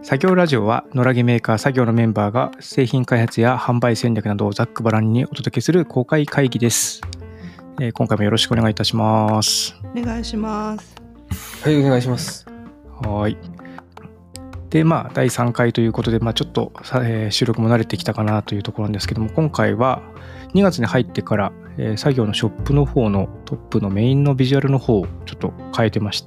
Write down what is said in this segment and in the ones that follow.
作業ラジオは野良着メーカー作業のメンバーが製品開発や販売戦略などをざっくばらんにお届けする公開会議です。今回もよろしくお願いいたします。 お願いします。 はい、お願いします。 はい。で、第3回ということで、ちょっと、収録も慣れてきたかなというところなんですけども、今回は2月に入ってから、作業のショップの方のトップのメインのビジュアルの方をちょっと変えてまして、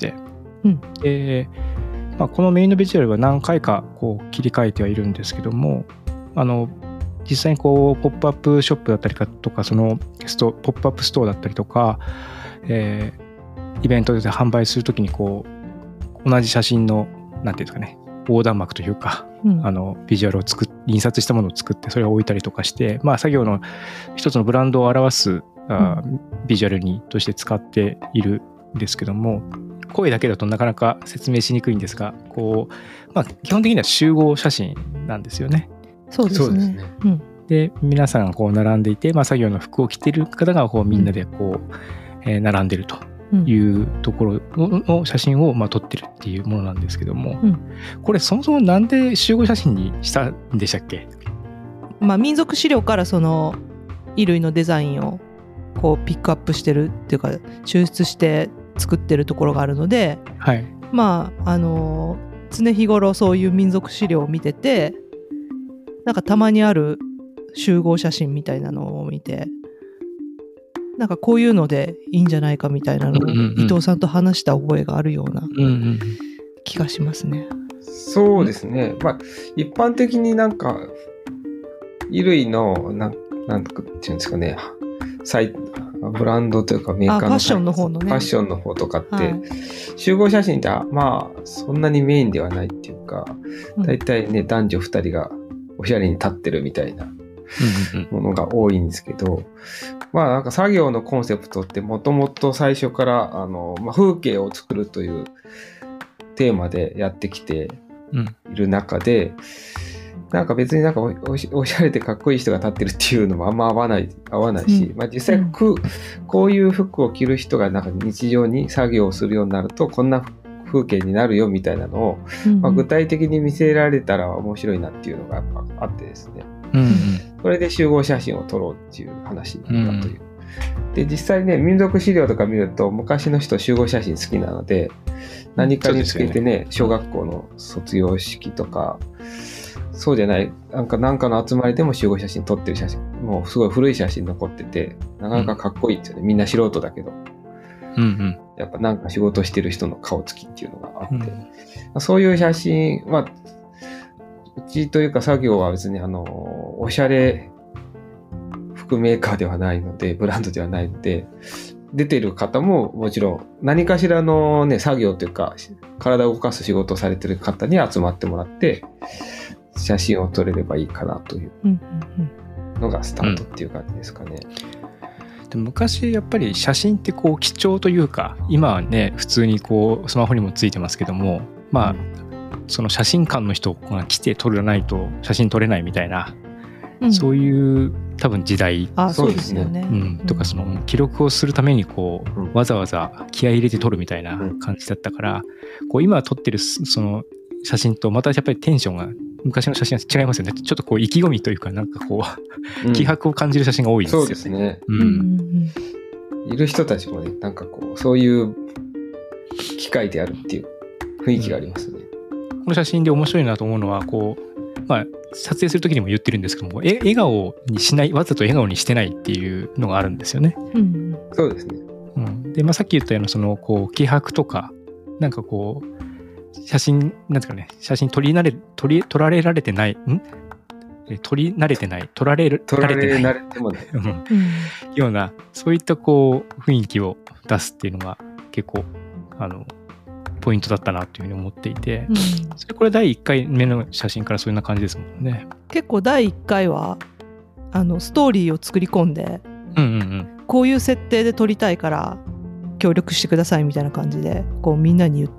このメインのビジュアルは何回かこう切り替えてはいるんですけども、実際にこうポップアップショップだったりとか、そのポップアップストアだったりとか、イベントで販売するときにこう同じ写真のなんていうんですかね、横断幕というか、ビジュアルを印刷したものを作ってそれを置いたりとかして、作業の一つのブランドを表すビジュアルにとして使っているんですけども、声だけだとなかなか説明しにくいんですが、基本的には集合写真なんですよね。 そうですね。 で、皆さんがこう並んでいて、作業の服を着ている方がこうみんなでこう、並んでるというところの写真を撮ってるっていうものなんですけども、これそもそもなんで集合写真にしたんでしたっけ？ 民族資料からその衣類のデザインをこうピックアップしてるっていうか抽出して作ってるところがあるので、 はい、 常日頃そういう民族資料を見てて、なんかたまにある集合写真みたいなのを見て、なんかこういうのでいいんじゃないかみたいなのを伊藤さんと話した覚えがあるような気がしますね。 そうですね。一般的になんか衣類のなんていうんですかね、ブランドというかメーカーのファッションの方のね、 ファッションの方とかって、集合写真ってそんなにメインではないっていうか、だいたいね、男女2人がおしゃれに立ってるみたいなものが多いんですけど、なんか作業のコンセプトってもともと最初から風景を作るというテーマでやってきている中で、なんか別になんかおしゃれでかっこいい人が立ってるっていうのもあんま合わないし、実際こういう服を着る人がなんか日常に作業をするようになるとこんな風景になるよみたいなのを、具体的に見せられたら面白いなっていうのがやっぱあってですね、それで集合写真を撮ろうっていう話だという、で実際ね、民族資料とか見ると昔の人集合写真好きなので、何かにつけてね、小学校の卒業式とかそうじゃないなんかの集まりでも集合写真撮ってる写真、もうすごい古い写真残っててなかなかかっこいいですよね。みんな素人だけど、やっぱなんか仕事してる人の顔つきっていうのがあって、そういう写真うちというか作業は別におしゃれ服メーカーではないので、ブランドではないので、出てる方ももちろん何かしらのね、作業というか体を動かす仕事をされてる方に集まってもらって写真を撮れればいいかなというのがスタートっていう感じですかね。 で昔やっぱり写真ってこう貴重というか、今はね普通にこうスマホにもついてますけども、その写真館の人が来て撮らないと写真撮れないみたいな、そういう多分時代、 そうですよね、 とかその記録をするためにこう、わざわざ気合い入れて撮るみたいな感じだったから、こう今撮ってるその写真とまたやっぱりテンションが昔の写真は違いますよね。ちょっとこう意気込みというか、なんかこう気迫を感じる写真が多いですよね。 そうですね。いる人たちもね、なんかこうそういう機会であるっていう雰囲気がありますね。 この写真で面白いなと思うのは、こう撮影する時にも言ってるんですけども、笑顔にしない、わざと笑顔にしてないっていうのがあるんですよね。 そうですね。 で、さっき言ったようなそのこう気迫とか、なんかこう写真なんですかね、写真撮られてない、撮られてないもねような、そういったこう雰囲気を出すっていうのが結構ポイントだったなというふうに思っていて、これ第1回目の写真からそんな感じですもんね。 結構第1回はストーリーを作り込んで、こういう設定で撮りたいから協力してくださいみたいな感じでこうみんなに言って、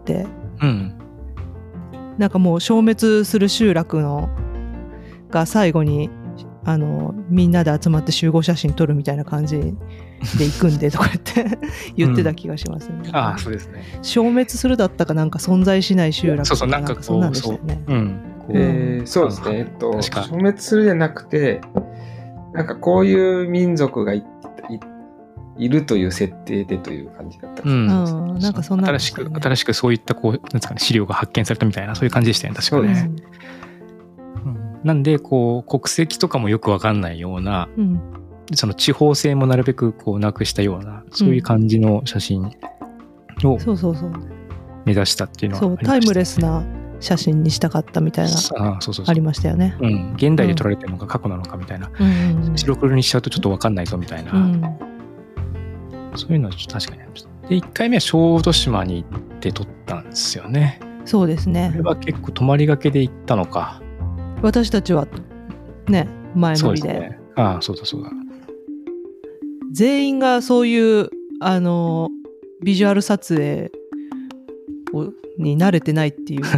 なんかもう消滅する集落が最後にみんなで集まって集合写真撮るみたいな感じで行くんでとかって言ってた気がしますね。 そうですね。 消滅するだったかなんか存在しない集落とかなんかそんなんでしたよね。 そうですね。 確か消滅するじゃなくて、なんかこういう民族がいるという設定でという感じだったんですよね。 なんかそんな、ね、 新しくそういったこうなんですかね、資料が発見されたみたいなそういう感じでしたよね、確かね。なんでこう国籍とかもよくわかんないような、その地方性もなるべくこうなくしたようなそういう感じの写真を目指したっていうのはありましたね。 タイムレスな写真にしたかったみたいなありましたよね。 現代で撮られてるのか過去なのかみたいな、白黒にしちゃうとちょっと分かんないぞみたいな、そういうのはちょっと確かにありました。で1回目は小豆島に行って撮ったんですよね。 そうですね。 これは結構泊まりがけで行ったのか。 私たちはね前乗りで。 そうですね。そうだそうだ。 全員がそういうビジュアル撮影に慣れてないっていう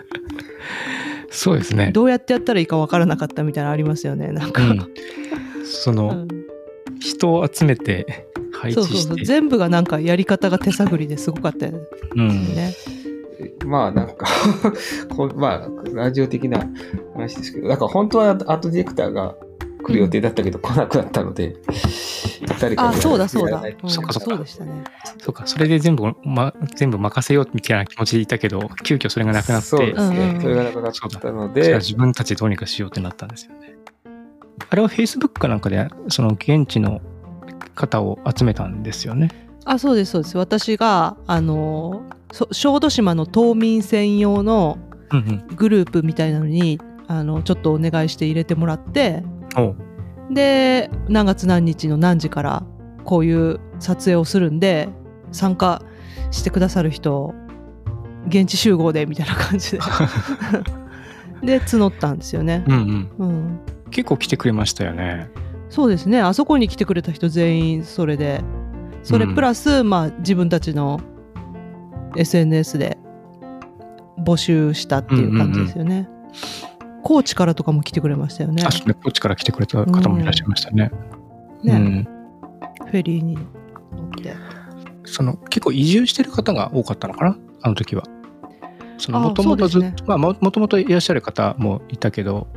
そうですね。 どうやってやったらいいか分からなかったみたいなのありますよね。なんか、 その、人を集めて配置して、 全部がなんかやり方が手探りですごかったよね。 まあなんかまあラジオ的な話ですけど、だから本当はアートディレクターが来る予定だったけど来なくなったので、誰かにそうだそうでしたね。そうか、それで全部任せようみたいな気持ちでいたけど、急遽それがなくなって、 そうですね。それがなくなったので、 じゃあ自分たちでどうにかしようってなったんですよね。あれは Facebook かなんかでその現地の方を集めたんですよね。 そうですそうです。私が小豆島の島民専用のグループみたいなのにちょっとお願いして入れてもらって、で何月何日の何時からこういう撮影をするんで参加してくださる人現地集合でみたいな感じでで募ったんですよね。 結構来てくれましたよね。 そうですね。あそこに来てくれた人全員それで、それプラス、自分たちの SNS で募集したっていう感じですよね。高知からとかも来てくれましたよね。 そうね、高知から来てくれた方もいらっしゃいましたね。 フェリーに乗って。 結構移住してる方が多かったのかな、あの時は。もともとずっと、もともといらっしゃる方もいたけど。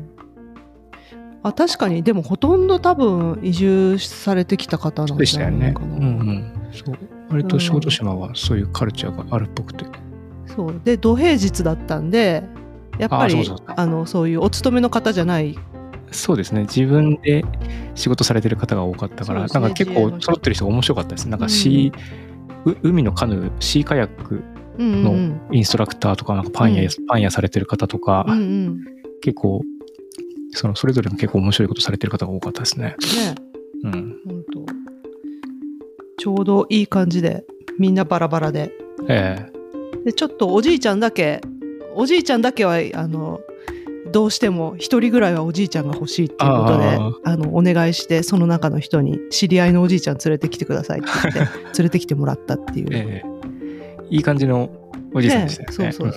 確かに、でもほとんど多分移住されてきた方なんじゃないかな。 割と小豆島はそういうカルチャーがあるっぽくて。 そうで土平日だったんで、やっぱりそういうお勤めの方じゃない。 そうですね。自分で仕事されてる方が多かったから、なんか結構揃ってる人が面白かったです。なんか海のカヌー、シーカヤックのインストラクターとか、なんかパン屋されてる方とか、結構それぞれの結構面白いことされてる方が多かったですね。 本当。ちょうどいい感じでみんなバラバラで。でちょっとおじいちゃんだけはどうしても一人ぐらいはおじいちゃんが欲しいっていうことでお願いして、その中の人に知り合いのおじいちゃん連れてきてくださいって言って連れてきてもらったっていう、 いい感じのおじいさんでしたよね。 そう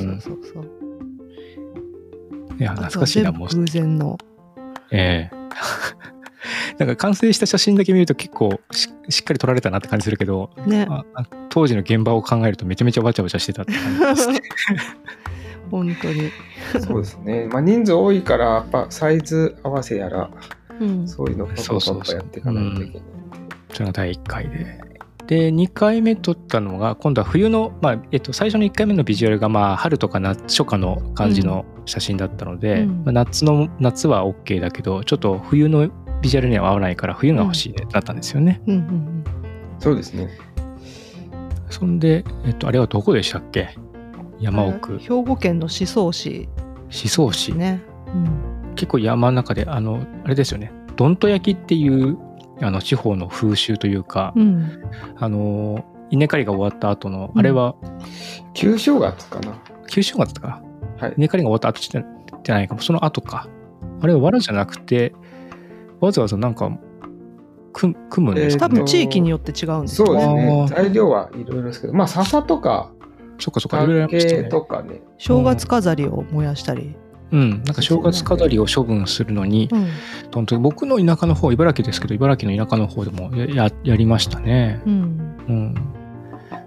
いや懐かしいな。もう偶然のなんか完成した写真だけ見ると結構 しっかり撮られたなって感じするけど、当時の現場を考えるとめちゃめちゃわちゃわちゃしてたって感じですね。 本当にそうですね。人数多いからやっぱサイズ合わせやら、そういうのをパパやっていかないといけない。 それが第1回で2回目撮ったのが今度は冬の、最初の1回目のビジュアルが春とか初夏の感じの写真だったので、夏は OK だけどちょっと冬のビジュアルには合わないから冬が欲しいだったんですよね。 そうですね。 そんで、あれはどこでしたっけ？山奥。 兵庫県の宍粟市。 宍粟市。 ね。 結構山の中であれですよね。どんと焼きっていう地方の風習というか、稲刈りが終わった後の、あれは旧正月かな。 旧正月か。稲刈りが終わった後じゃないかも。その後か。あれは藁じゃなくてわざわざなんか組むんですかね。多分地域によって違うんですよね。 そうですね。材料はいろいろですけど、笹とか竹とかね。 正月飾りを燃やしたり。 なんか正月飾りを処分するのに、僕の田舎の方、茨城ですけど、茨城の田舎の方でも やりましたね。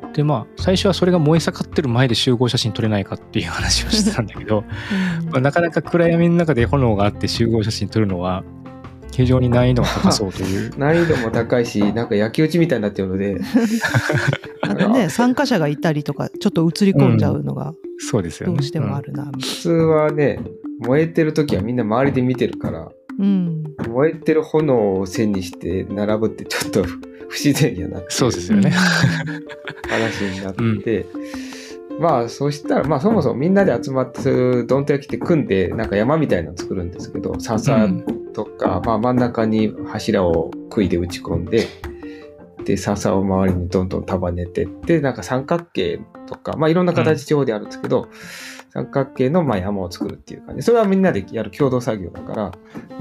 で最初はそれが燃え盛ってる前で集合写真撮れないかっていう話をしてたんだけど、なかなか暗闇の中で炎があって集合写真撮るのは非常に難易度が高そうという難易度も高いし、なんか焼き討ちみたいになってるのであとね、参加者がいたりとかちょっと映り込んじゃうのがそうですよね、 どうしてもあるな、 普通はね、燃えてる時はみんな周りで見てるから、燃えてる炎を線にして並ぶってちょっと不自然やなっていうそうですよね話になって、そうしたらそもそもみんなで集まってどんと焼きって組んでなんか山みたいなの作るんですけど、笹とか、真ん中に柱を杭で打ち込んで、で笹を周りにどんどん束ねてって、なんか三角形とかいろんな形地方であるんですけど、三角形の山を作るっていう感じ。それはみんなでやる共同作業だから、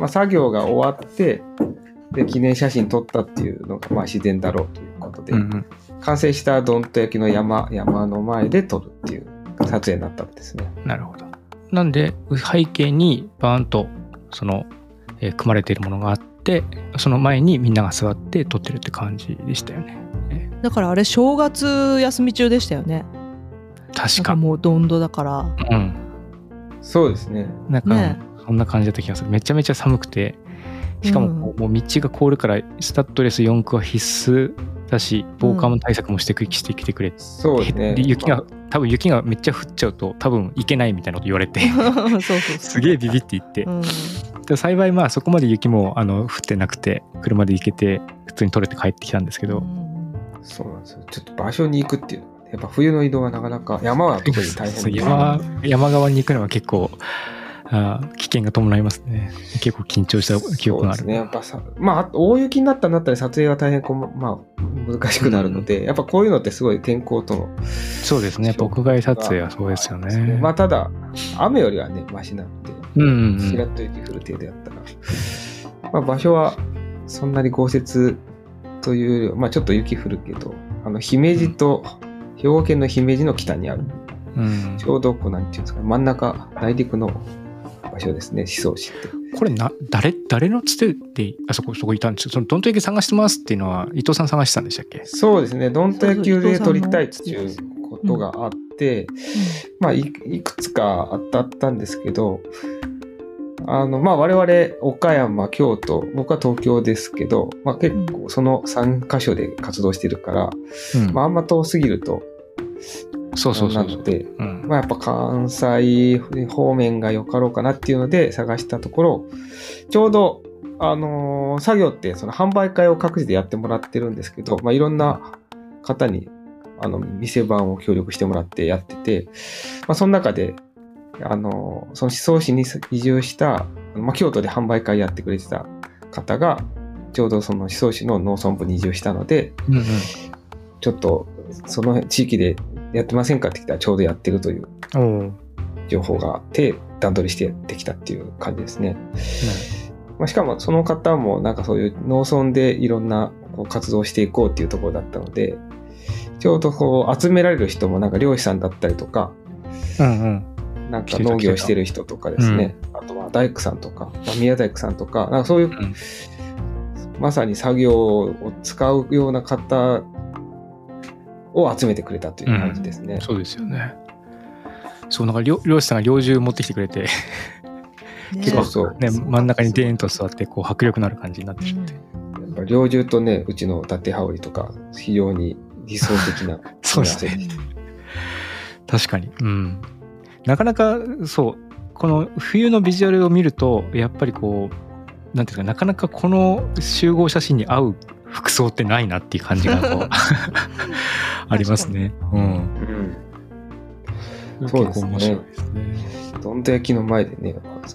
作業が終わってで記念写真撮ったっていうのが自然だろうということで、完成したどんと焼きの山の前で撮るっていう撮影になったんですね。 なるほど。なんで背景にバーンとその、組まれているものがあって、その前にみんなが座って撮ってるって感じでしたよね。 だからあれ正月休み中でしたよね。 確かもうどんどだから、 そうですね。 なんかそんな感じだった気がする。めちゃめちゃ寒くて、しかももう道が凍るからスタッドレス4区は必須だし、防寒対策もしてきてくれ。 そうですね。 多分雪がめっちゃ降っちゃうと多分行けないみたいなこと言われてすげえビビって言って、で幸いそこまで雪も降ってなくて車で行けて普通に取れて帰ってきたんですけど、 そうなんですよ。ちょっと場所に行くっていうのはやっぱ冬の移動はなかなか、山は特に大変で山側に行くのは結構危険が伴いますね。結構緊張した記憶がある。 そうですね。やっぱ大雪になったら撮影は大変難しくなるので、やっぱこういうのってすごい天候との。 そうですね。屋外撮影はそうですよね。 ただ雨よりはねマシなので、ちらっと雪降る程度やったら、場所はそんなに豪雪というよりはちょっと雪降るけど、姫路と兵庫県の姫路の北にある、ちょうどなんていうんですか、真ん中内陸の場所ですね、宍粟市って。 これ誰のつてでそこいたんですか？そのどんと焼き探してますっていうのは伊藤さん探してたんでしたっけ？ そうですね、どんと焼きで撮りたいっていうことがあって、いくつか当たったんですけど、我々岡山、京都、僕は東京ですけど、結構その3カ所で活動してるから、あんま遠すぎるとなので、やっぱ関西方面がよかろうかなっていうので探したところ、ちょうど作業ってその販売会を各自でやってもらってるんですけど、いろんな方に店番を協力してもらってやってて、その中でその宍粟市に移住した、京都で販売会やってくれてた方がちょうどその宍粟市の農村部に移住したので、ちょっとその地域でやってませんかって来たらちょうどやってるという情報があって段取りしてやってきたっていう感じですね。しかもその方もなんかそういう農村でいろんな活動をしていこうっていうところだったので、ちょうど集められる人もなんか漁師さんだったりとか、なんか農業してる人とかですね、あとは大工さんとか、宮大工さんとか、なんかそういう、まさに作業を使うような方を集めてくれたという感じですね。 そうですよね。そう、なんか漁師さんが猟銃持ってきてくれて結構ね、真ん中にデーンと座って迫力のある感じになってしまって、やっぱ猟銃とね、うちの伊達羽織とか非常に理想的なそうですね。確かに、なかなかこの冬のビジュアルを見るとやっぱりなんていうんですか、なかなかこの集合写真に合う服装ってないなっていう感じがありますね。 そうですね。どんと焼きの前でね、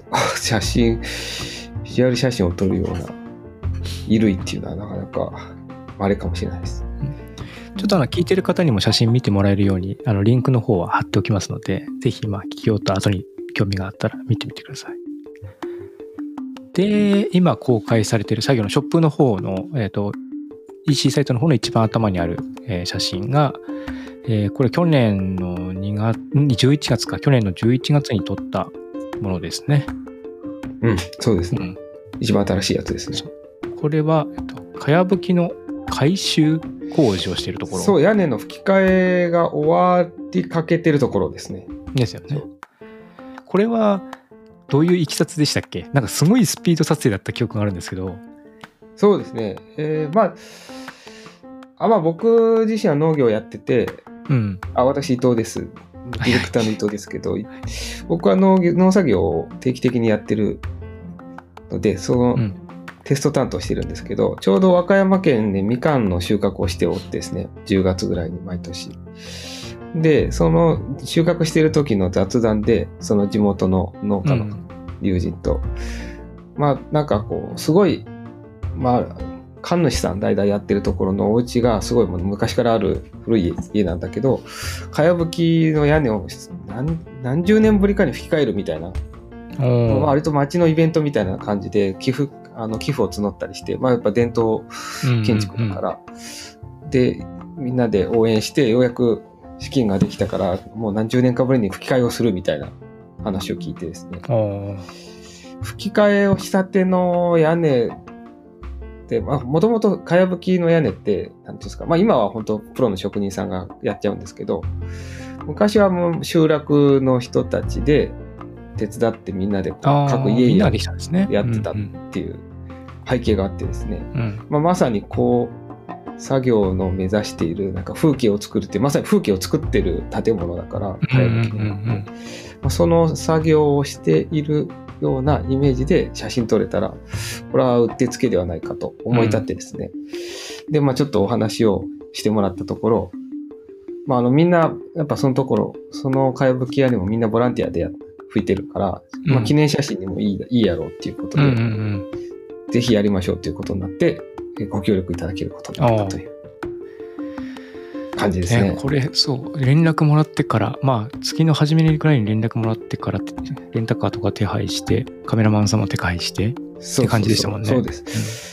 ビジュアル写真を撮るような衣類っていうのはなかなか稀かもしれないです。 ちょっと聞いてる方にも写真見てもらえるようにリンクの方は貼っておきますので、ぜひ聞き終わった後に興味があったら見てみてください。で、今公開されている作業のショップの方の、EC サイトの方の一番頭にある、写真が、これ去年の11月か、去年の11月に撮ったものですね。 そうですね。一番新しいやつですね。 これは、かやぶきの回収工事をしているところ。 そう、屋根の吹き替えが終わりかけてるところですね。 ですよね。これはどういういきさつでしたっけ？なんかすごいスピード撮影だった記憶があるんですけど。 そうですね。まあ僕自身は農業をやってて、私伊藤です。ディレクターの伊藤ですけど、僕は農作業を定期的にやってるので、そのテスト担当してるんですけど、ちょうど和歌山県でみかんの収穫をしておってですね、10月ぐらいに毎年。で、その収穫している時の雑談で、その地元の農家の友人と、なんかこう、すごい、神主さん代々やってるところのお家がすごい昔からある古い家なんだけど、かやぶきの屋根を何十年ぶりかに吹き替えるみたいな、割と町のイベントみたいな感じで寄付を募ったりして、やっぱ伝統建築だから、でみんなで応援してようやく資金ができたから、もう何十年かぶりに吹き替えをするみたいな話を聞いてですね、吹き替えをしたての屋根で、もともとかやぶきの屋根って、なんていうんですか、今は本当プロの職人さんがやっちゃうんですけど、昔はもう集落の人たちで手伝ってみんなで各家やってたっていう背景があってですね、まさにこう作業の目指しているなんか風景を作るって、まさに風景を作ってる建物だから、かやぶきのその作業をしているようなイメージで写真撮れたら、これはうってつけではないかと思い立ってですね、でちょっとお話をしてもらったところ、みんなやっぱそのところ、そのかやぶき屋根もみんなボランティアで吹いてるから、記念写真にもいいやろうっていうことで、ぜひやりましょうということになって、ご協力いただけることになったという感じですね。 これそう連絡もらってから、月の初めぐらいに連絡もらってからレンタカーとか手配して、カメラマンさんも手配してって感じでしたもんね。 そうです。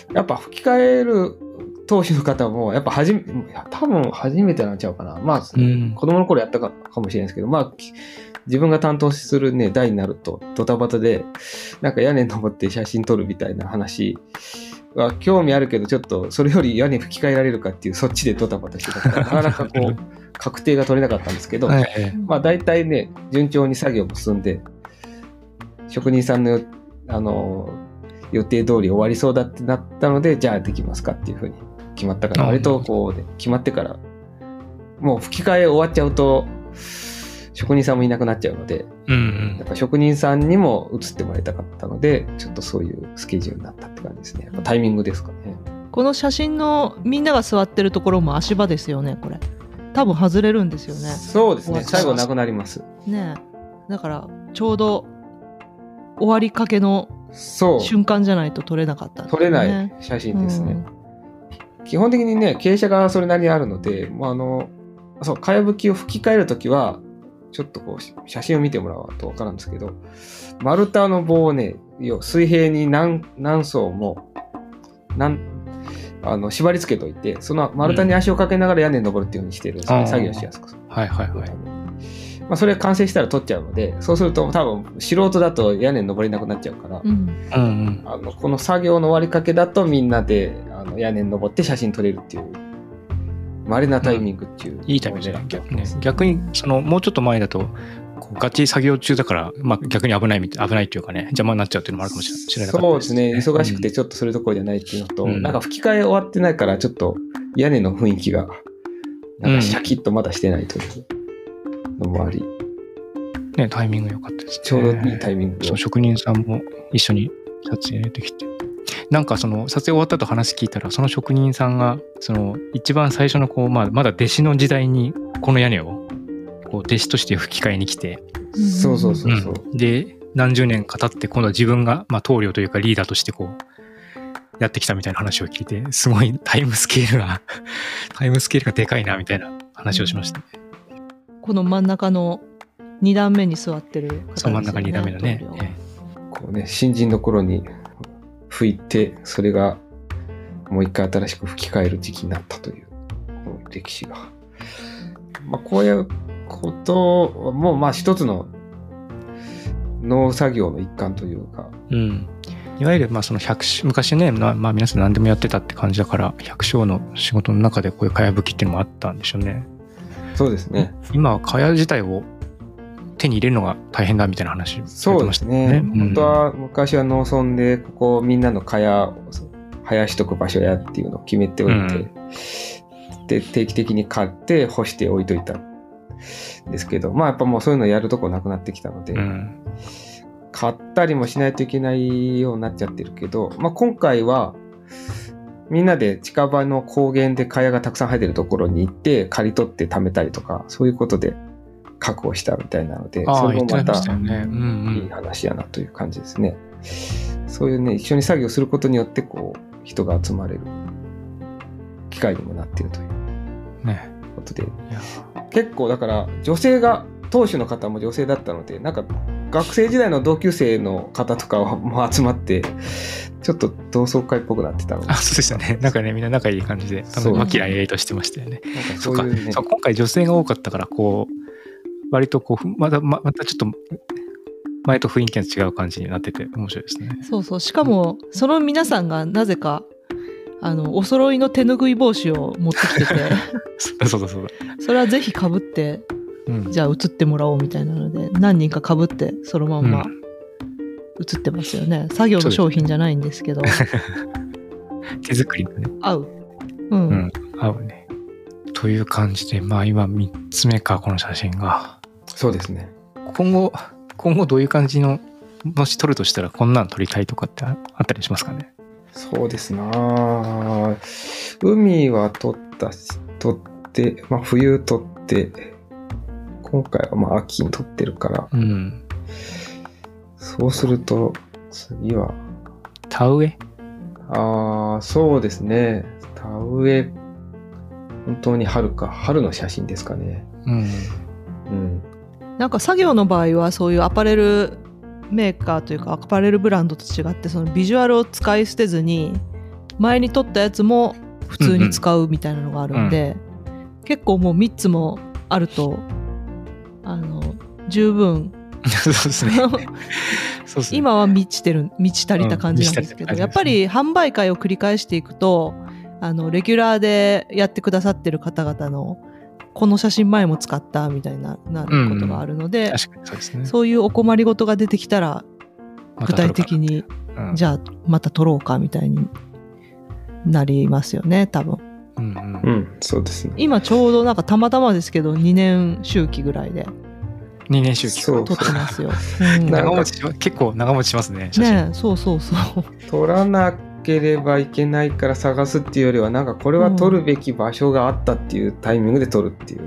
やっぱ吹き替える当時の方もやっぱ多分初めてなんちゃうかな。子供の頃やったかもしれないですけど、自分が担当するね代になるとドタバタでなんか屋根登って写真撮るみたいな話は興味あるけど、ちょっとそれより屋根吹き替えられるかっていうそっちでドタバタしてたからなかなかこう確定が取れなかったんですけど、大体ね順調に作業も進んで、職人さんの予定通り終わりそうだってなったので、じゃあできますかっていうふうに決まったから、割とこう、決まってからもう吹き替え終わっちゃうと職人さんもいなくなっちゃうので、やっぱ職人さんにも移ってもらいたかったので、ちょっとそういうスケジュールになったって感じですね。やっぱタイミングですかね。 この写真のみんなが座ってるところも足場ですよね。これ多分外れるんですよね。 そうですね。最後なくなりますね。だからちょうど終わりかけの瞬間じゃないと撮れなかったんですね。撮れない写真ですね。基本的にね傾斜がそれなりにあるので、かやぶきを吹き替えるときはちょっとこう写真を見てもらうと分かるんですけど、丸太の棒をね水平に何層も縛り付けといて、その丸太に足をかけながら屋根に登るっていう風にしてるんですね、作業しやすく。それが完成したら取っちゃうので、そうすると多分素人だと屋根に登れなくなっちゃうから、この作業の終わりかけだとみんなで屋根に登って写真撮れるっていう稀なタイミングっていう、 いいタイミングじゃない。逆にもうちょっと前だとガチ作業中だから、逆に危ないっていうかね、邪魔になっちゃうっていうのもあるかもしれない。 そうですね。忙しくてちょっとそれどころじゃないっていうのと、なんか吹き替え終わってないからちょっと屋根の雰囲気がなんかシャキッとまだしてないというのもあり、 タイミング良かったですね。 ちょうどいいタイミング。 そう、職人さんも一緒に撮影できて、なんかその撮影終わったと話聞いたら、その職人さんがその一番最初のまだ弟子の時代にこの屋根を弟子として吹き替えに来て、で何十年か経って今度は自分が棟梁というかリーダーとしてやってきたみたいな話を聞いて、すごいタイムスケールがでかいなみたいな話をしましたね。 この真ん中の2段目に座ってる方ですよね。 そう、真ん中2段目だね。 新人の頃に吹いて、それがもう一回新しく吹き替える時期になったという歴史が、こういうことも一つの農作業の一環というか、 いわゆるその昔ね、皆さん何でもやってたって感じだから、百姓の仕事の中でこういうかやぶきっていうのもあったんでしょうね。 そうですね。 今はかや自体を手に入れるのが大変だみたいな話されてましたね。 そうですね。本当は昔は農村でここみんなのかやを生やしとく場所やっていうのを決めておいて、で定期的に買って干しておいといたんですけど、やっぱもうそういうのやるとこなくなってきたので、買ったりもしないといけないようになっちゃってるけど、今回はみんなで近場の高原でかやがたくさん生えてるところに行って刈り取って貯めたりとか、そういうことで確保したみたいなので、それもまたいい話やなという感じですね。そういうね、一緒に作業することによってこう人が集まれる機会にもなっているということで、結構だから女性が当主の方も女性だったので、なんか学生時代の同級生の方とかも集まってちょっと同窓会っぽくなってたので、 そうでしたね。なんかね、みんな仲いい感じで和気あいあいとしてましたよね。 そういうね、 今回女性が多かったからこう割とこうまたちょっと前と雰囲気が違う感じになってて面白いですね。 そうそう。しかもその皆さんがなぜかお揃いの手ぬぐい帽子を持ってきててそうそれはぜひ被って、じゃあ写ってもらおうみたいなので何人か被ってそのまんま写ってますよね。作業の商品じゃないんですけど手作りのね合う、 合うねという感じで、今3つ目か、この写真が。 そうですね。 今後どういう感じの、もし撮るとしたらこんなん撮りたいとかってあったりしますかね。 そうですな。海は撮って、冬撮って、今回は秋に撮ってるから、そうすると次は田植え。 そうですね。田植え、本当に春の写真ですかね。 なんか作業の場合はそういうアパレルメーカーというかアパレルブランドと違って、そのビジュアルを使い捨てずに前に撮ったやつも普通に使うみたいなのがあるんで、結構もう3つもあると十分そうですね今は満ち足りた感じなんですけど、やっぱり販売会を繰り返していくとレギュラーでやってくださってる方々のこの写真前も使ったみたいなることがあるので、 確かにそうですね。 そういうお困りごとが出てきたら具体的にじゃあまた撮ろうかみたいになりますよね、多分。 そうですね。 今ちょうどなんかたまたまですけど2年周期ぐらいで 2年周期撮ってますよ。 結構長持ちしますね。 そう撮らなければいけないから探すっていうよりは、なんかこれは撮るべき場所があったっていうタイミングで撮るっていう。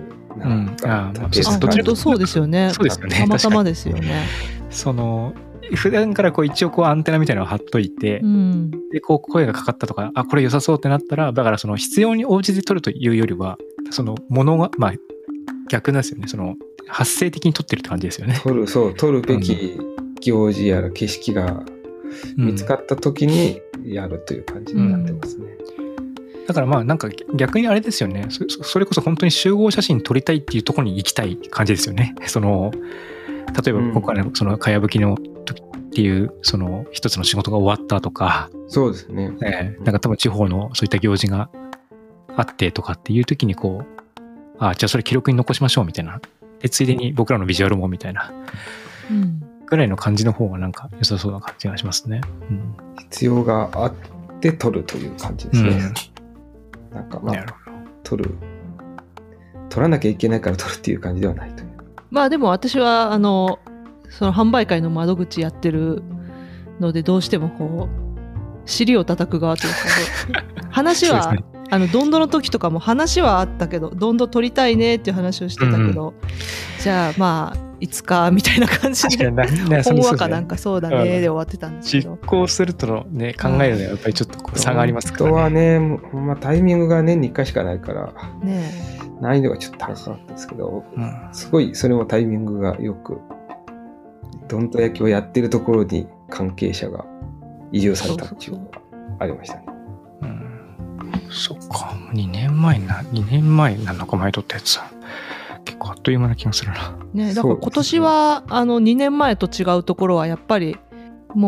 そうですよね。たまたまですよね。 普段から一応アンテナみたいなのを貼っといて、で声がかかったとか、これ良さそうってなったら、だから必要に応じて撮るというよりは、ものが逆なんですよね。発生的に撮ってるって感じですよね。 撮るべき行事やら景色が見つかった時にやるという感じになってますね。 だからなんか逆にあれですよね。それこそ本当に集合写真撮りたいっていうところに行きたい感じですよね。例えば今回のかやぶきの時っていう一つの仕事が終わったとか、 そうですね。 なんか多分地方のそういった行事があってとかっていう時にじゃあそれ記録に残しましょうみたいな。でついでに僕らのビジュアルもみたいな。ぐらいの感じの方がなんか良さそうな感じがしますね。 必要があって撮るという感じですね。なんか撮らなきゃいけないから撮るっていう感じではないという。 でも私はその販売会の窓口やってるので、どうしても尻を叩く側というか話はどんどの時とかも話はあったけど、どんど撮りたいねっていう話をしてたけど、じゃあいつかみたいな感じでほんわかなんかそうだねで終わってたんですけど、 実行するとのね考えるのはやっぱりちょっと差がありますからね。 本当はね、タイミングが年に1回しかないから難易度がちょっと高かったですけど、すごいそれもタイミングがよく、どんと焼きをやってるところに関係者が移住されたっていうのがありましたね。 そっか、2年前なのか、前撮ったやつ結構あっという間な気がするな。 だから今年は2年前と違うところはやっぱりもう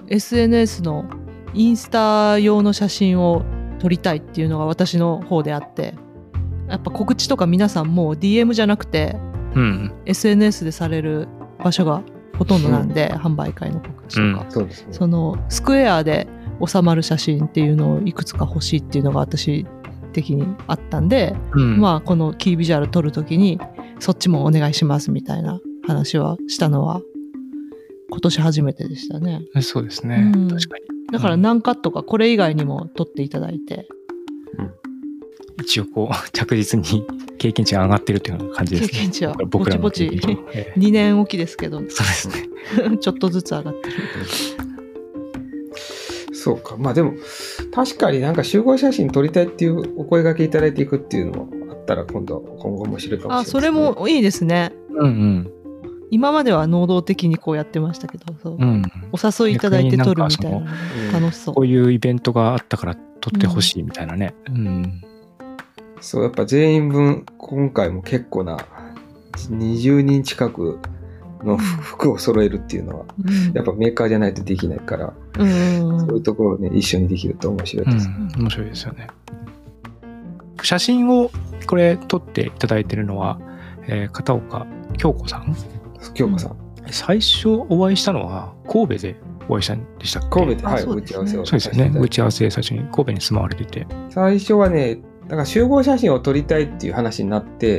SNS のインスタ用の写真を撮りたいっていうのが私の方であって、やっぱ告知とか皆さんもう DM じゃなくて、SNS でされる場所がほとんどなんで、販売会の告知とか、 そうですね。 そのスクエアで収まる写真っていうのをいくつか欲しいっていうのが私的にあったんで、まあこのキービジュアル撮るときにそっちもお願いしますみたいな話はしたのは今年初めてでしたね。 そうですね、確かに。 だから何カットかこれ以外にも撮っていただいて、 一応こう着実に経験値が上がってるというような感じですね。 経験値はぼちぼち2年おきですけど、 そうですねちょっとずつ上がってる。 そうか。まあでも確かになんか集合写真撮りたいっていうお声掛けいただいていくっていうのもあったら今後面白いかもしれないですね。 あ、それもいいですね。今までは能動的にこうやってましたけど、そうお誘いいただいて撮るみたいな、楽しそう。 こういうイベントがあったから撮ってほしいみたいなね。 そう、やっぱ全員分今回も結構な20人近くの服を揃えるっていうのは、やっぱメーカーじゃないとできないから、そういうところをね一緒にできると面白いです、 面白いですよね。写真をこれ撮っていただいてるのは、片岡京子さん。 京子さん。 最初お会いしたのは神戸でお会いしたんでしたっけ？ 神戸で、はい、打ち合わせを。 そうですよね。打ち合わせ最初に神戸に住まわれてて。 最初はね、だから集合写真を撮りたいっていう話になって、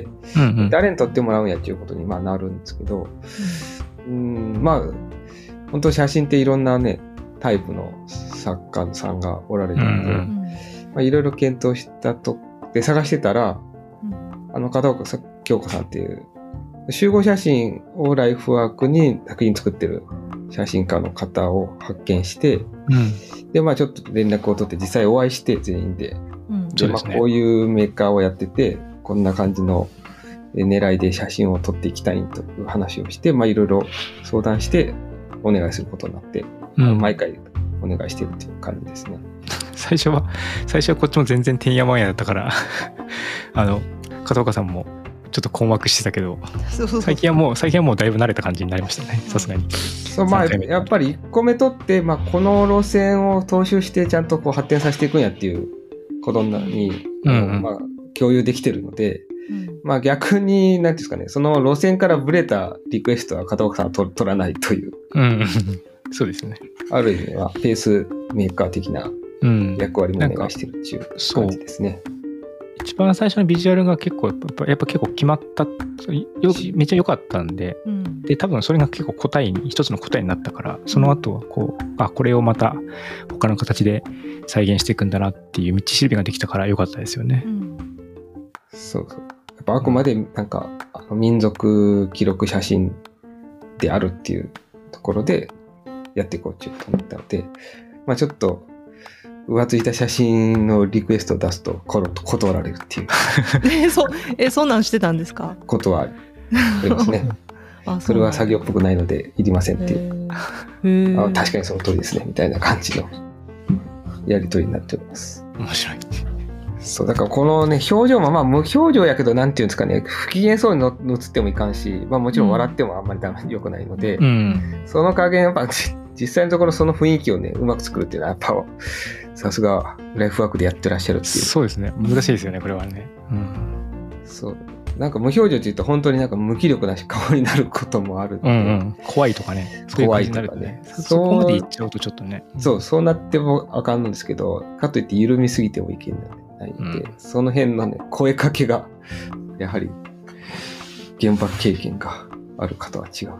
誰に撮ってもらうんやっていうことにまあなるんですけど、まあ本当写真っていろんなねタイプの作家さんがおられるので、まあいろいろ検討したとで探してたら、片岡京子さんっていう集合写真をライフワークに作品作ってる写真家の方を発見して、でまあちょっと連絡を取って実際お会いして全員で。でまあ、こういうメーカーをやっててこんな感じの狙いで写真を撮っていきたいという話をして、まあ、いろいろ相談してお願いすることになって、毎回お願いしてるっていう感じですね。 最初はこっちも全然てんやわんやだったから片岡さんもちょっと困惑してたけど、最近はもうだいぶ慣れた感じになりましたね、さすがに。 そう、まあやっぱり1個目取って、まあ、この路線を踏襲してちゃんとこう発展させていくんやっていうことに、まあ、共有できてるので、まあ逆に何ですかね、その路線からブレたリクエストは片岡さんは取らないという、 そうですね。ある意味はペースメーカー的な役割もお願いしてるっていう感じですね。 一番最初のビジュアルが結構やっぱ結構決まっためっちゃ良かったんで、で多分それが結構一つの答えになったから、その後はこれをまた他の形で再現していくんだなっていう道しるべができたから良かったですよね。 そうそう。やっぱあくまでなんか民族記録写真であるっていうところでやっていこうっていうことになったので、まあちょっと浮ついた写真のリクエストを出すと断られるっていうそんなんしてたんですか？ 断りますね。それは作業っぽくないのでいりませんっていう、確かにその通りですねみたいな感じのやり取りになっております。 面白い。 そうだからこのね表情もまあ無表情やけどなんていうんですかね、不機嫌そうに写ってもいかんし、まあもちろん笑ってもあんまり良くないので、その加減やっぱ実際のところその雰囲気をねうまく作るっていうのはやっぱさすがライフワークでやってらっしゃるっていう。 そうですね、難しいですよねこれはね。 そうなんか無表情って言うと本当になんか無気力な顔になることもあるので、 怖いとかね、 怖いとかね、 そこまでいっちゃうとちょっとね、 そうなってもあかんのですけど、かといって緩みすぎてもいけないので、その辺のね声かけがやはり現場経験がある方は違う。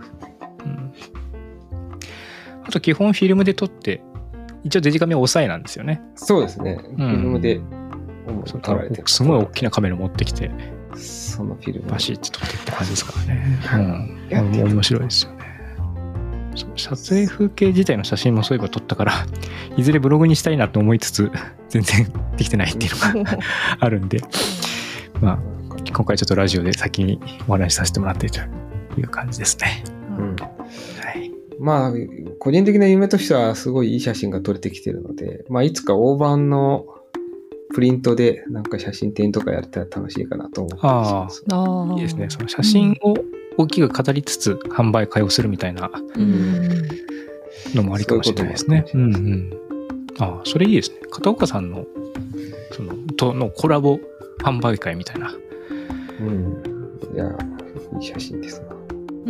あと基本フィルムで撮って一応デジカメ抑えなんですよね。 そうですね、フィルムで撮られてる。 すごい大きなカメラ持ってきてそのフィルムバシッと撮ってって感じですからね。面白いですよね。撮影風景自体の写真もそういえば撮ったからいずれブログにしたいなと思いつつ全然できてないっていうのがあるんで、まあ今回ちょっとラジオで先にお話しさせてもらっているという感じですね。 まあ個人的な夢としてはすごいいい写真が撮れてきてるので、まあいつか大判のプリントでなんか写真展とかやれたら楽しいかなと思ってます。 いいですね。その写真を大きく語りつつ販売会をするみたいなのもありかもしれないですね。うんうん。ああ、それいいですね。片岡さんのとのコラボ販売会みたいな。 うん。いや、いい写真ですな。 うん。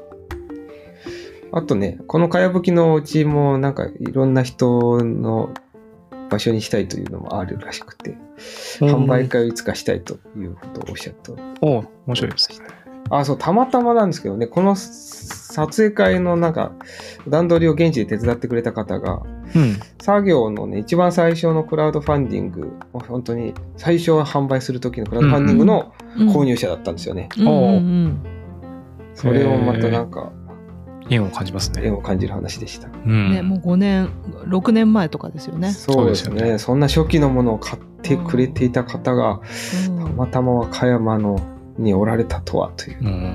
あとね、このかやぶきのうちもなんかいろんな人の場所にしたいというのもあるらしくて、販売会をいつかしたいということをおっしゃった。 おお、面白いですね。 そう、たまたまなんですけどね、この撮影会のなんか段取りを現地で手伝ってくれた方が、作業のね、一番最初のクラウドファンディング、本当に最初販売する時のクラウドファンディングの購入者だったんですよね。それをまたなんか、 縁を感じますね。 縁を感じる話でした。 ね、もう5年、6年前とかですよね。 そうですね。そんな初期のものを買ってくれていた方が、たまたま和歌山におられたとはという。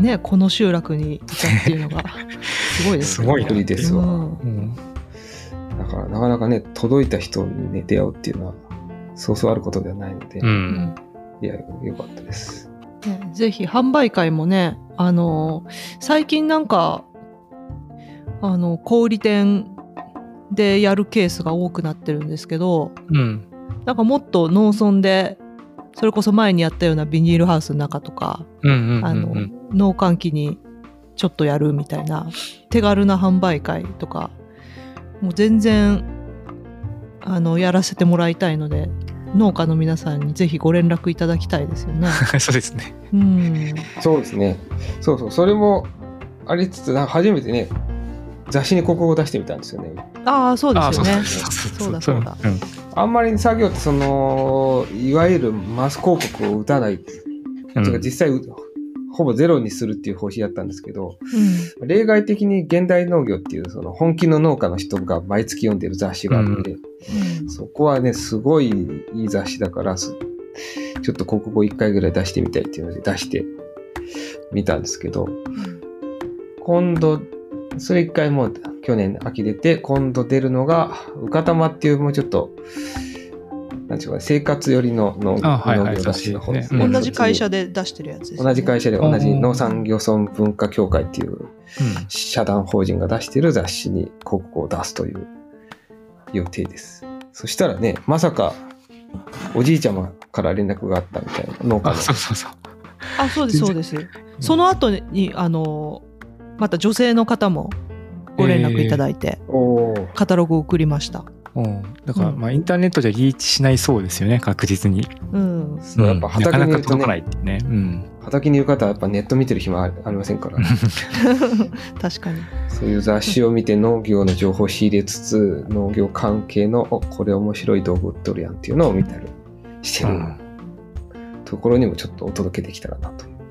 ね、この集落にいたっていうのがすごいですね。 すごい国ですわ。だからなかなかね、届いた人にね、出会うっていうのは、そうそうあることではないので、いや、よかったです。 ぜひ販売会もね、最近なんか、小売店でやるケースが多くなってるんですけど、なんかもっと農村でそれこそ前にやったようなビニールハウスの中とか、農閑期にちょっとやるみたいな手軽な販売会とかもう全然やらせてもらいたいので、農家の皆さんにぜひご連絡いただきたいですよね。 そうですね。 そうですね。そう、それもありつつ、初めてね、雑誌に広告を出してみたんですよね。 そうですよね。そうだ。 あんまり作業っていわゆるマス広告を打たない、実際ほぼゼロにするっていう方針だったんですけど、例外的に現代農業っていう本気の農家の人が毎月読んでる雑誌があるので、そこはねすごいいい雑誌だから、ちょっと広告を1回ぐらい出してみたいっていうので出してみたんですけど、今度それ1回もう去年秋出て、今度出るのがうかたまっていうもうちょっとなんていうか生活寄りの農業雑誌の方ですね。 同じ会社で出してるやつですね。 同じ会社で同じ農産漁村文化協会っていう社団法人が出してる雑誌に広告を出すという予定です。そしたらね、まさかおじいちゃまから連絡があったみたいな、農家の。 そうですそうです。その後にまた女性の方もご連絡いただいて、カタログを送りました。 だからインターネットじゃリーチしないそうですよね、確実に。 やっぱ畑にいるとね、なかなか届かないってね。 畑にいる方はやっぱネット見てる暇ありませんから。 確かに。 そういう雑誌を見て農業の情報を仕入れつつ、農業関係のこれ面白い道具売っとるやんっていうのを見たりしてるところにもちょっとお届けできたらなという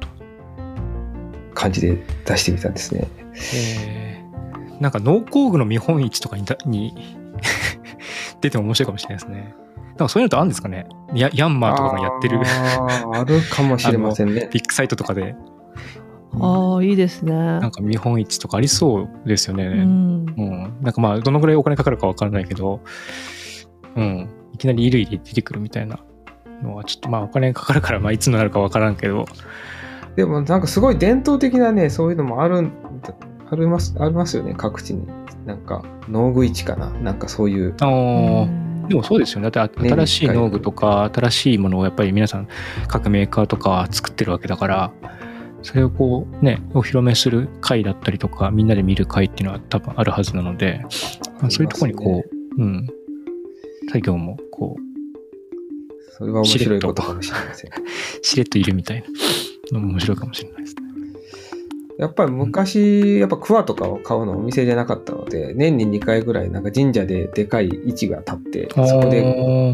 感じで出してみたんですね。 なんか農工具の見本市とかに出ても面白いかもしれないですね。なんかそういうのってあるんですかね。ヤンマーとかがやってるあるかもしれませんね。 ビッグサイトとかで。 いいですね。 なんか見本市とかありそうですよね。なんかどのぐらいお金かかるかわからないけど、いきなり衣類で出てくるみたいなのはちょっとお金かかるからいつになるかわからんけど。 でもなんかすごい伝統的なね、そういうのもありますよね、各地に。なんか農具市かな、なんかそういう。でもそうですよね。だって新しい農具とか新しいものをやっぱり皆さん各メーカーとか作ってるわけだから、それをお披露目する会だったりとか、みんなで見る会っていうのは多分あるはずなので、そういうところに作業もそれは面白いことかもしれません。 しれっといるみたいなのも面白いかもしれないですね。 やっぱり昔、桑とかを買うのお店じゃなかったので、年に2回ぐらいなんか神社ででかい市が立って、そこで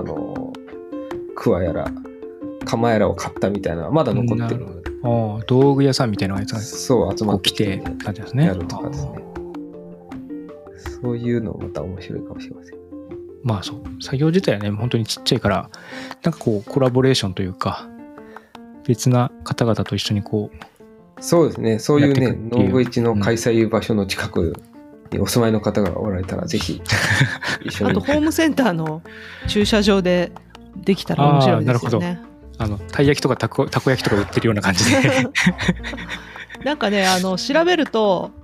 桑やら釜やらを買ったみたいなのはまだ残ってる。 道具屋さんみたいなやつがそう集まってきて感じですね。 やるとかですね。そういうのまた面白いかもしれません。 作業自体はね本当にちっちゃいから、なんかコラボレーションというか、別な方々と一緒にそうですね。そういうね、農具市の開催場所の近くにお住まいの方がおられたら、ぜひ一緒に。 あと、ホームセンターの駐車場でできたら面白いですよね。 たい焼きとかたこ焼きとか売ってるような感じで。 なんかね、調べると、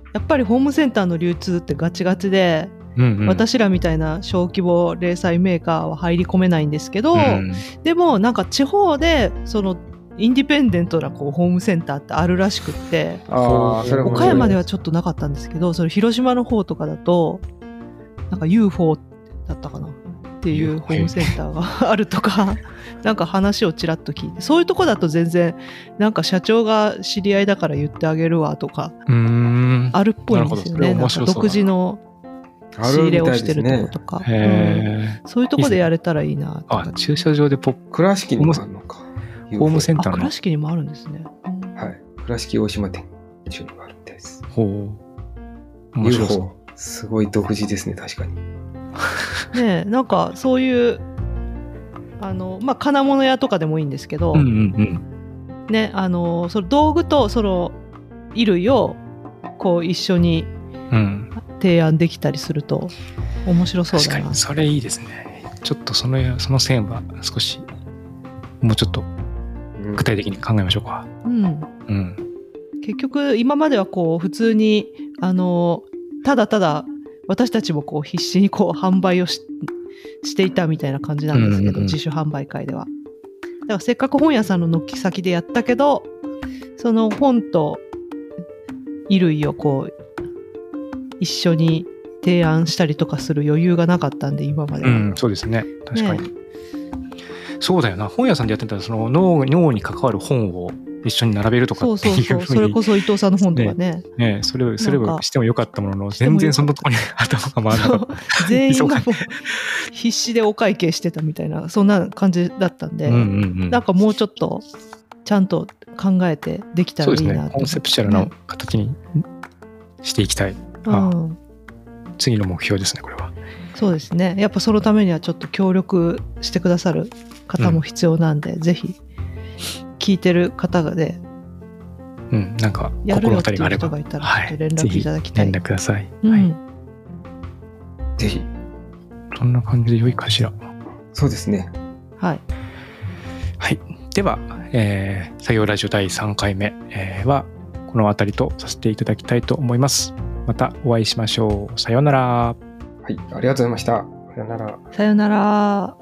やっぱりホームセンターの流通ってガチガチで、私らみたいな小規模零細メーカーは入り込めないんですけど、でもなんか地方でそのインディペンデントなこうホームセンターってあるらしくって、岡山ではちょっとなかったんですけど、それ広島の方とかだとなんか UFO だったかなっていうホームセンターがあるとかなんか話をちらっと聞いて、そういうとこだと全然なんか社長が知り合いだから言ってあげるわとかあるっぽいんですよね。なんか独自の仕入れをしてるとことか、そういうとこでやれたらいいなとか。 駐車場で倉敷にもあるのか。 ホームセンターの倉敷にもあるんですね。 はい。倉敷大島店一緒にあるみたいです。 ほう。 UFO すごい独自ですね、確かに。 ねえ、なんかそういうまあ金物屋とかでもいいんですけど、ね、その道具とその衣類をこう一緒に提案できたりすると面白そうだな。 確かにそれいいですね。ちょっとその線は少しもうちょっと具体的に考えましょうか。 結局今まではこう普通にただただ私たちもこう必死にこう販売をしていたみたいな感じなんですけど、自主販売会では。だからせっかく本屋さんの軒先でやったけど、その本と衣類をこう一緒に提案したりとかする余裕がなかったんで、今までは。 そうですね。確かに。そうだよな。本屋さんでやってたらその脳に関わる本を一緒に並べるとかっていうふうに、 それこそ伊藤さんの本とかね。 それをしてもよかったものの、全然そのところに頭が回らなかった。 全員がもう必死でお会計してたみたいな、そんな感じだったんで、なんかもうちょっとちゃんと考えてできたらいいなと。そうですね。 コンセプチュアルな形にしていきたい。次の目標ですね、これは。 そうですね。やっぱそのためにはちょっと協力してくださる方も必要なんで、ぜひ聞いてる方がね、 なんか心当たりがあれば、 連絡いただきたい。 連絡ください。 ぜひ。 そんな感じで良いかしら。 そうですね。 はい。 はい。では、作業ラジオ第3回目はこの辺りとさせていただきたいと思います。またお会いしましょう。さようなら。 はい、ありがとうございました。さようなら。 さようなら。